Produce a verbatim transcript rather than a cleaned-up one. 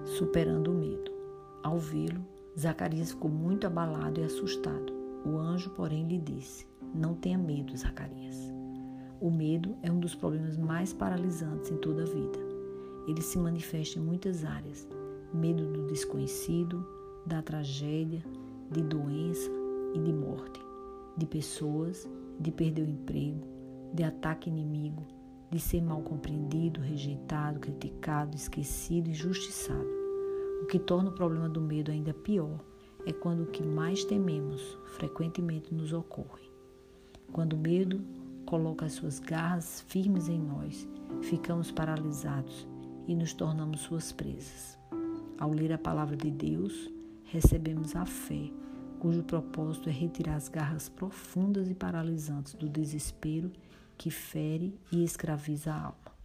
Superando o medo. Ao vê-lo, Zacarias ficou muito abalado e assustado. O anjo, porém, lhe disse: não tenha medo, Zacarias. O medo é um dos problemas mais paralisantes em toda a vida. Ele se manifesta em muitas áreas. Medo do desconhecido, da tragédia, de doença e de morte, de pessoas, de perder o emprego, de ataque inimigo, de ser mal compreendido, rejeitado, criticado, esquecido e injustiçado. O que torna o problema do medo ainda pior é quando o que mais tememos frequentemente nos ocorre. Quando o medo coloca as suas garras firmes em nós, ficamos paralisados e nos tornamos suas presas. Ao ler a palavra de Deus, recebemos a fé, cujo propósito é retirar as garras profundas e paralisantes do desespero que fere e escraviza a alma.